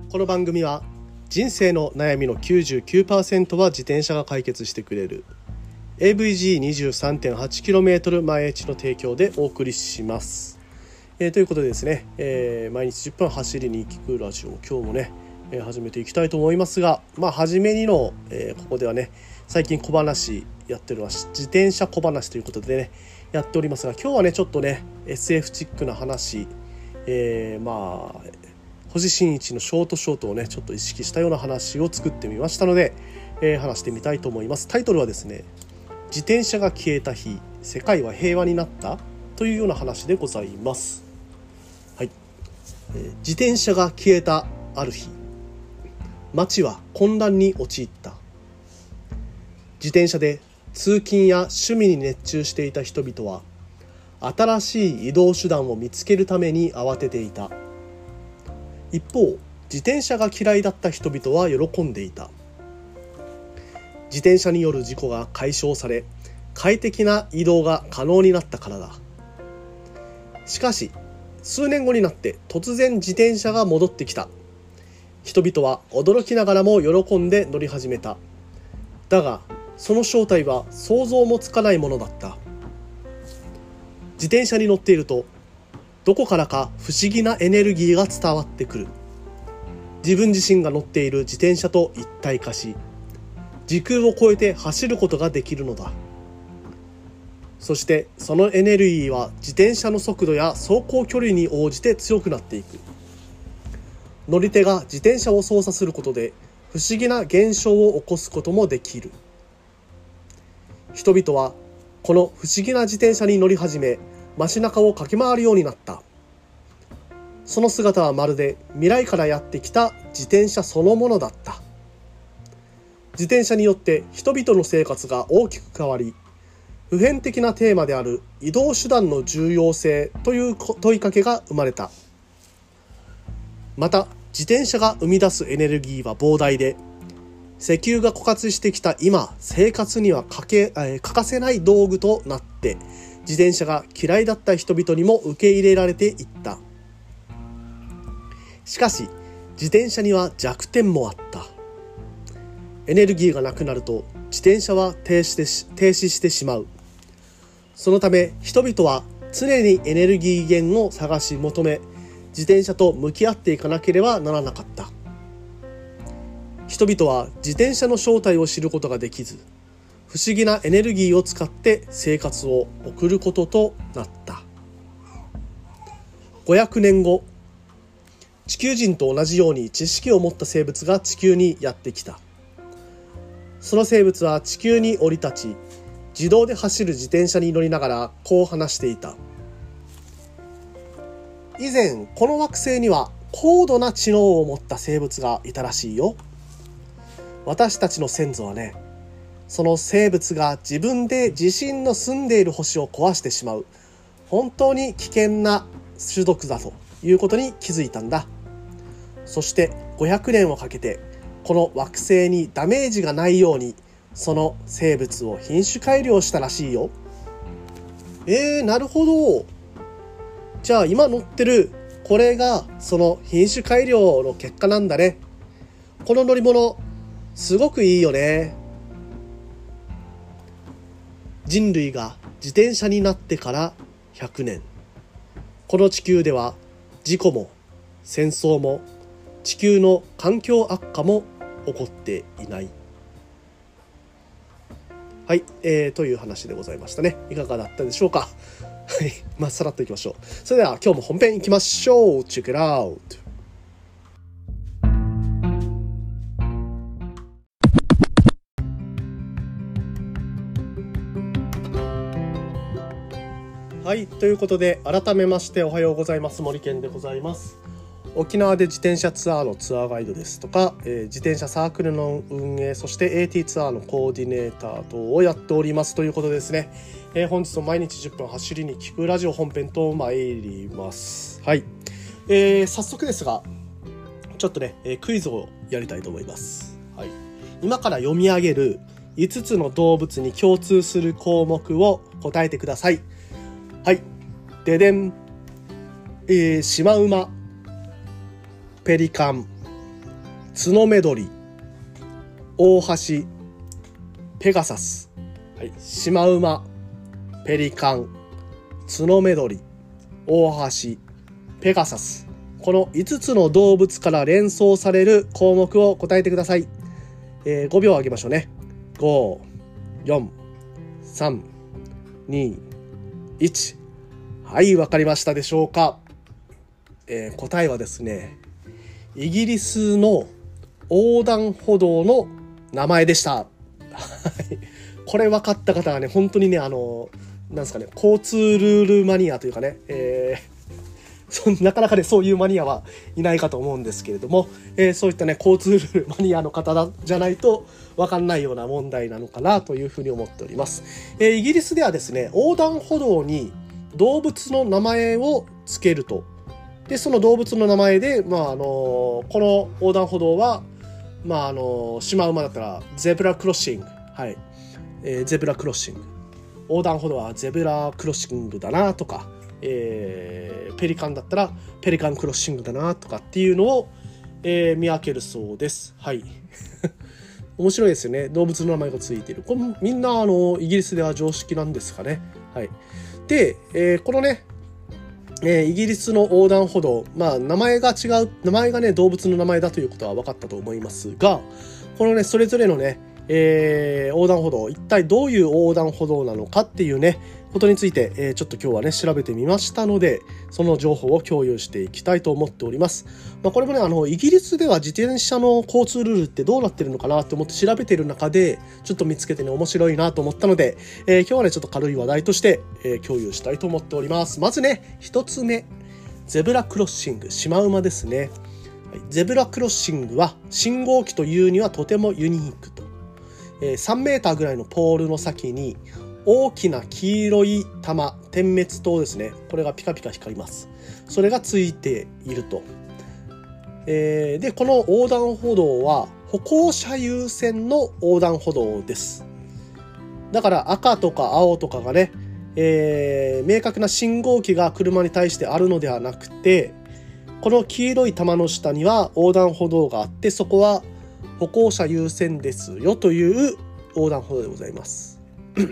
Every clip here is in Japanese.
この番組は人生の悩みの 99% は自転車が解決してくれる AVG23.8km 毎日の提供でお送りします。ということでですね、毎日10分走りに聞くラジオ、今日もね、始めていきたいと思いますが、初めにの、ここではね、最近小話やってるのは自転車小話ということでねやっておりますが、今日はねちょっとね SF チックな話、星新一のショートをねちょっと意識したような話を作ってみましたので、話してみたいと思います。タイトルはですね、自転車が消えた日世界は平和になったというような話でございます。はい、自転車が消えたある日、街は混乱に陥った。自転車で通勤や趣味に熱中していた人々は新しい移動手段を見つけるために慌てていた。一方、自転車が嫌いだった人々は喜んでいた。自転車による事故が解消され、快適な移動が可能になったからだ。しかし、数年後になって突然自転車が戻ってきた。人々は驚きながらも喜んで乗り始めた。だが、その正体は想像もつかないものだった。自転車に乗っていると、どこからか不思議なエネルギーが伝わってくる。自分自身が乗っている自転車と一体化し、時空を超えて走ることができるのだ。そしてそのエネルギーは自転車の速度や走行距離に応じて強くなっていく。乗り手が自転車を操作することで不思議な現象を起こすこともできる。人々はこの不思議な自転車に乗り始め、街中を駆け回るようになった。その姿はまるで未来からやってきた自転車そのものだった。自転車によって人々の生活が大きく変わり、普遍的なテーマである移動手段の重要性という問いかけが生まれた。また、自転車が生み出すエネルギーは膨大で、石油が枯渇してきた今、生活には欠かせない道具となって、自転車が嫌いだった人々にも受け入れられていった。しかし、自転車には弱点もあった。エネルギーがなくなると、自転車は停止してしまう。そのため、人々は常にエネルギー源を探し求め、自転車と向き合っていかなければならなかった。人々は自転車の正体を知ることができず、不思議なエネルギーを使って生活を送ることとなった。500年後、地球人と同じように知識を持った生物が地球にやってきた。その生物は地球に降り立ち、自動で走る自転車に乗りながらこう話していた。以前、この惑星には高度な知能を持った生物がいたらしいよ。私たちの先祖はね、その生物が自分で自身の住んでいる星を壊してしまう本当に危険な種族だということに気づいたんだ。そして500年をかけてこの惑星にダメージがないようにその生物を品種改良したらしいよ。なるほど。じゃあ今乗ってるこれがその品種改良の結果なんだね。この乗り物すごくいいよね。人類が自転車になってから100年。この地球では事故も戦争も地球の環境悪化も起こっていない。はい、という話でございましたね。いかがだったでしょうか。はい、さらっといきましょう。それでは今日も本編いきましょう。Check it out。はい、ということで改めましておはようございます。森健でございます。沖縄で自転車ツアーのツアーガイドですとか、自転車サークルの運営、そして AT ツアーのコーディネーター等をやっておりますということですね。本日も毎日10分走りに聞くラジオ本編と参ります。はい、早速ですがちょっとね、クイズをやりたいと思います。はい、今から読み上げる5つの動物に共通する項目を答えてください。はい、ででん、シマウマ、ペリカン、 ツノメドリ、オオハシ、ペガサス、はい、シマウマ、ペリカン、ツノメドリ、オオハシ、ペガサス、この5つの動物から連想される項目を答えてください。5秒あげましょうね。5、4、3、2、1。はい、わかりましたでしょうか。答えはですね、イギリスの横断歩道の名前でした。これ分かった方はね、本当にね、なんですかね、交通ルールマニアというかね、なかなかね、そういうマニアはいないかと思うんですけれども、そういったね、交通ルールマニアの方じゃないと分かんないような問題なのかなというふうに思っております。イギリスではですね、横断歩道に動物の名前をつけると。で、その動物の名前で、この横断歩道は、シマウマだったら、ゼブラクロッシング。はい。ゼブラクロッシング。横断歩道はゼブラクロッシングだなとか、ペリカンだったらペリカンクロッシングだなとかっていうのを、見分けるそうです。はい。面白いですよね。動物の名前がついている。これみんなイギリスでは常識なんですかね。はい。で、このね、イギリスの横断歩道、名前がね、動物の名前だということは分かったと思いますが、このね、それぞれのね、横断歩道、一体どういう横断歩道なのかっていうね、ことについて、ちょっと今日はね、調べてみましたので、その情報を共有していきたいと思っております。これもね、イギリスでは自転車の交通ルールってどうなってるのかなと思って調べている中で、ちょっと見つけてね、面白いなと思ったので、今日はね、ちょっと軽い話題として、共有したいと思っております。まずね、一つ目、ゼブラクロッシング、シマウマですね。はい、ゼブラクロッシングは、信号機というにはとてもユニークと。3メーターぐらいのポールの先に大きな黄色い玉、点滅灯ですね。これがピカピカ光ります。それがついていると。で、この横断歩道は歩行者優先の横断歩道です。だから赤とか青とかがね、明確な信号機が車に対してあるのではなくて、この黄色い玉の下には横断歩道があって、そこは歩行者優先ですよという横断歩道でございます。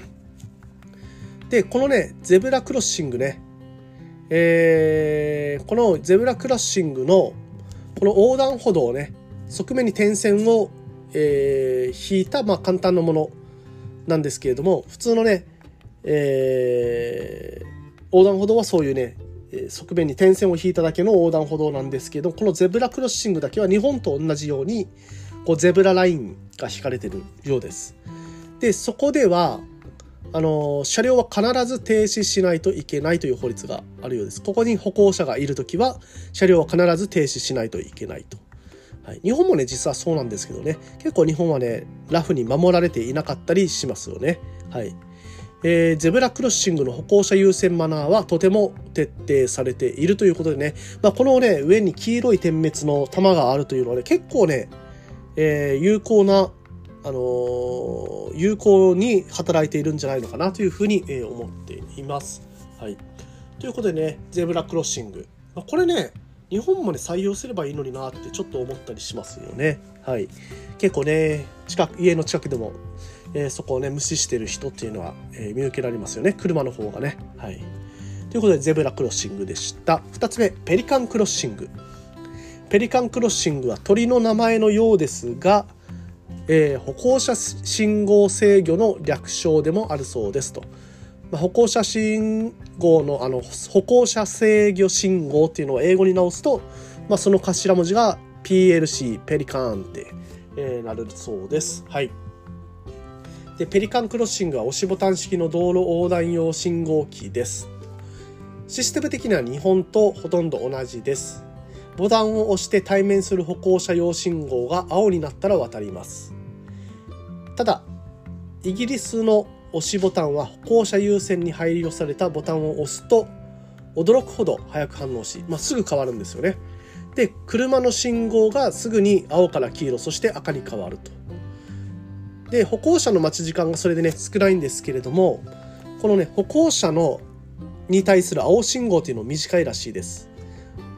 で、このね、ゼブラクロッシングね、このゼブラクロッシングのこの横断歩道をね、側面に点線を、引いた、簡単なものなんですけれども、普通のね、横断歩道はそういうね、側面に点線を引いただけの横断歩道なんですけど、このゼブラクロッシングだけは日本と同じようにこうゼブララインが引かれているようです。で、そこでは車両は必ず停止しないといけないという法律があるようです。ここに歩行者がいるときは車両は必ず停止しないといけないと。はい、日本もね、実はそうなんですけどね、結構日本はね、ラフに守られていなかったりしますよね。はい。ゼブラクロッシングの歩行者優先マナーはとても徹底されているということでね、このね、上に黄色い点滅の玉があるというのはね、結構ね、有効に働いているんじゃないのかなというふうに思っています。はい。ということでね、ゼブラクロッシング。これね、日本もね、採用すればいいのになってちょっと思ったりしますよね。はい。結構ね、家の近くでも、そこをね、無視してる人っていうのは、見受けられますよね。車の方がね。はい。ということで、ゼブラクロッシングでした。2つ目、ペリカンクロッシング。ペリカンクロッシングは鳥の名前のようですが、歩行者信号制御の略称でもあるそうですと。歩行者信号の歩行者制御信号っていうのを英語に直すと、その頭文字が PLC ペリカンって、なるそうです。はい。で、ペリカンクロッシングは押しボタン式の道路横断用信号機です。システム的には日本とほとんど同じです。ボタンを押して対面する歩行者用信号が青になったら渡ります。ただ、イギリスの押しボタンは歩行者優先に配慮されたボタンを押すと驚くほど早く反応し、すぐ変わるんですよね。で、車の信号がすぐに青から黄色、そして赤に変わると。で、歩行者の待ち時間がそれでね、少ないんですけれども、このね、歩行者に対する青信号っていうのは短いらしいです。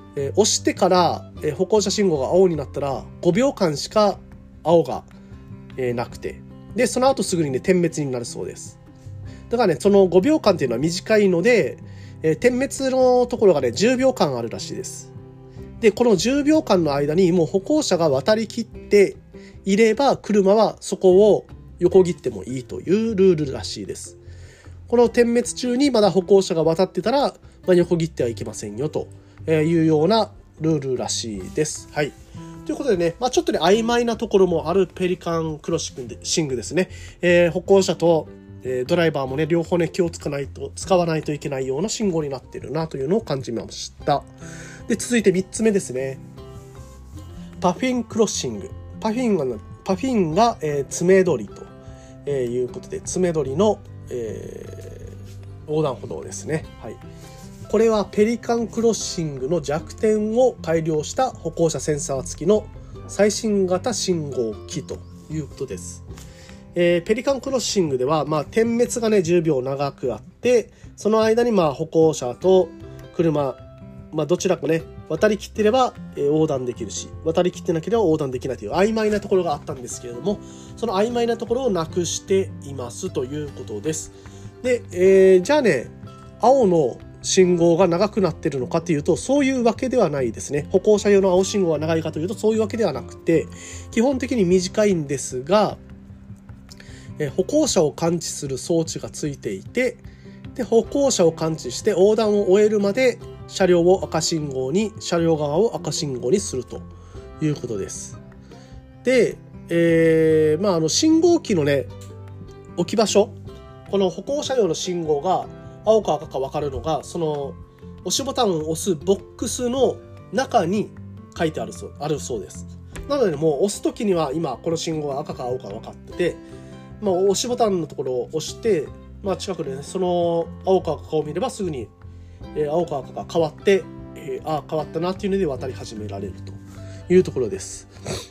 押してから、歩行者信号が青になったら5秒間しか青が、なくて、でその後すぐにね点滅になるそうです。だからねその5秒間っていうのは短いので、点滅のところがね10秒間あるらしいです。でこの10秒間の間にもう歩行者が渡りきっていれば車はそこを横切ってもいいというルールらしいです。この点滅中にまだ歩行者が渡ってたら、横切ってはいけませんよというようなルールらしいです。はい。ということでね、ちょっとね曖昧なところもあるペリカンクロッシングですね。歩行者とドライバーもね両方ね気を使わないといけないような信号になっているなというのを感じました。で続いて3つ目ですね。パフィンクロッシング。パフィンが、爪取りということで爪取りの、横断歩道ですね。はい。これはペリカンクロッシングの弱点を改良した歩行者センサー付きの最新型信号機ということです。ペリカンクロッシングでは、点滅がね10秒長くあって、その間に歩行者と車、どちらかね渡りきってれば横断できるし、渡りきってなければ横断できないという曖昧なところがあったんですけれども、その曖昧なところをなくしていますということです。で、じゃあね青の信号が長くなってるのかというとそういうわけではないですね。歩行者用の青信号が長いかというとそういうわけではなくて、基本的に短いんですが、歩行者を感知する装置がついていて、で歩行者を感知して横断を終えるまで車両側を赤信号にするということです。で、信号機のね置き場所、この歩行者用の信号が青か赤か分かるのが、その押しボタンを押すボックスの中に書いてあるそうです。なのでもう押す時には今この信号が赤か青か分かってて、押しボタンのところを押して、近くでねその青か赤かを見ればすぐに、青か赤か変わって、変わったなっていうので渡り始められるというところです。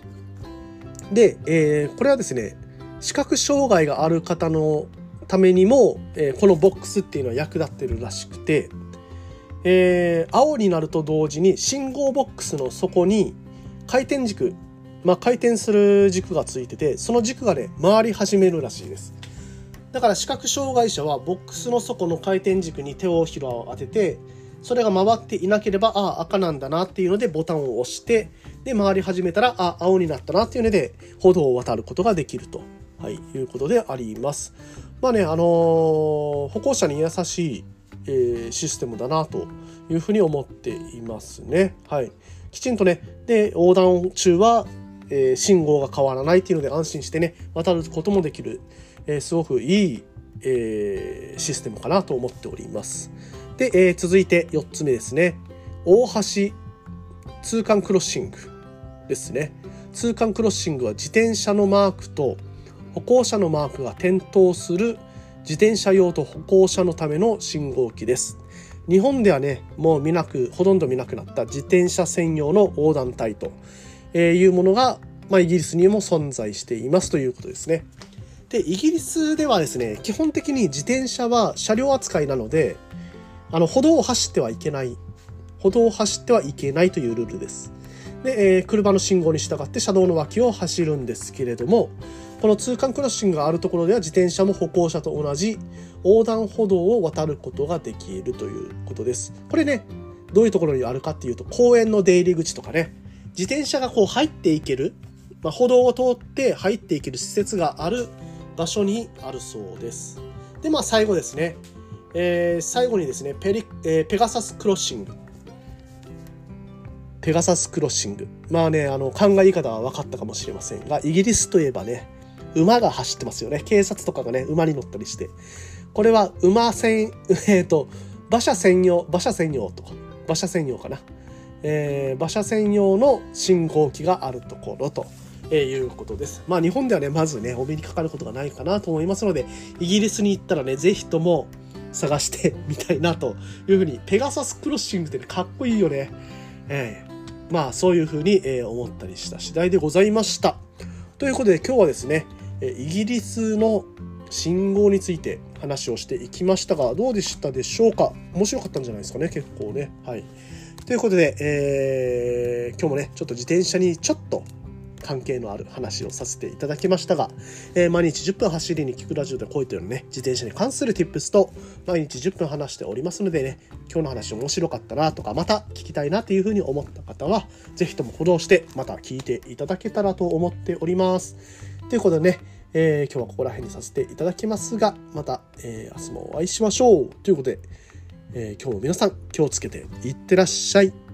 で、これはですね視覚障害がある方のためにも、このボックスっていうのは役立ってるらしくて、青になると同時に信号ボックスの底に回転軸、回転する軸がついてて、その軸がね回り始めるらしいです。だから視覚障害者はボックスの底の回転軸に手をひらを当てて、それが回っていなければ赤なんだなっていうのでボタンを押して、で回り始めたら青になったなっていうので歩道を渡ることができると、いうことであります。歩行者に優しい、システムだなというふうに思っていますね。はい。きちんとね、で横断中は、信号が変わらないっていうので安心してね渡ることもできる、すごくいい、システムかなと思っております。で、続いて4つ目ですね。大橋通貫クロッシングですね。通貫クロッシングは自転車のマークと歩行者のマークが点灯する自転車用と歩行者のための信号機です。日本ではねもうほとんど見なくなった自転車専用の横断帯というものが、イギリスにも存在していますということですね。でイギリスではですね基本的に自転車は車両扱いなので、歩道を走ってはいけないというルールです。で、車の信号に従って車道の脇を走るんですけれども、この通貫クロッシングがあるところでは自転車も歩行者と同じ横断歩道を渡ることができるということです。これねどういうところにあるかっていうと、公園の出入り口とかね、自転車が入っていける、歩道を通って入っていける施設がある場所にあるそうです。で最後ですね、最後にですねペガサスクロッシング。考え方は分かったかもしれませんが、イギリスといえばね馬が走ってますよね。警察とかがね馬に乗ったりして、これは馬専用の信号機があるところということです。日本ではねまずねお目にかかることがないかなと思いますので、イギリスに行ったらねぜひとも探してみたいなというふうに。ペガサスクロッシングってねかっこいいよね。そういうふうに思ったりした次第でございました。ということで今日はですねイギリスの信号について話をしていきましたが、どうでしたでしょうか。面白かったんじゃないですかね、結構ね。はい。 ということで、今日もねちょっと自転車にちょっと関係のある話をさせていただきましたが、毎日10分走りに聞くラジオでこういったようなね自転車に関する Tips と毎日10分話しておりますのでね、今日の話面白かったなとかまた聞きたいなというふうに思った方はぜひともフォローしてまた聞いていただけたらと思っております。ということでね、今日はここら辺にさせていただきますが、また、明日もお会いしましょうということで、今日も皆さん気をつけていってらっしゃい。